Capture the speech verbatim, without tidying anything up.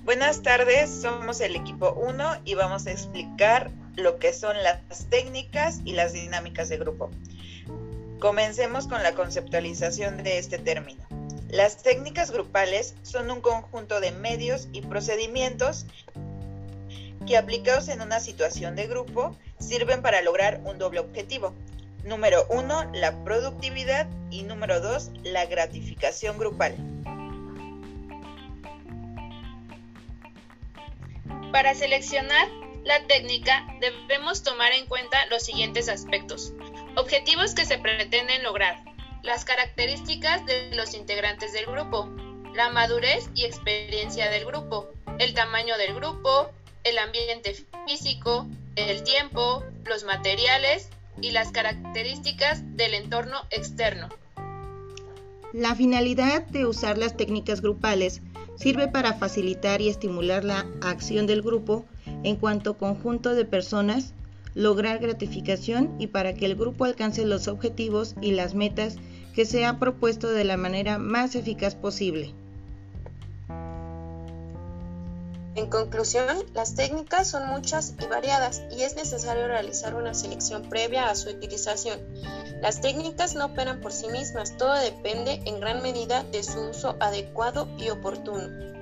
Buenas tardes, somos el equipo uno y vamos a explicar lo que son las técnicas y las dinámicas de grupo. Comencemos con la conceptualización de este término. Las técnicas grupales son un conjunto de medios y procedimientos que, aplicados en una situación de grupo, sirven para lograr un doble objetivo. Número uno, la productividad, y número dos, la gratificación grupal. Para seleccionar la técnica debemos tomar en cuenta los siguientes aspectos: objetivos que se pretenden lograr, las características de los integrantes del grupo, la madurez y experiencia del grupo, el tamaño del grupo, el ambiente físico, el tiempo, los materiales y las características del entorno externo. La finalidad de usar las técnicas grupales sirve para facilitar y estimular la acción del grupo en cuanto conjunto de personas, lograr gratificación y para que el grupo alcance los objetivos y las metas que se ha propuesto de la manera más eficaz posible. En conclusión, las técnicas son muchas y variadas y es necesario realizar una selección previa a su utilización. Las técnicas no operan por sí mismas, todo depende en gran medida de su uso adecuado y oportuno.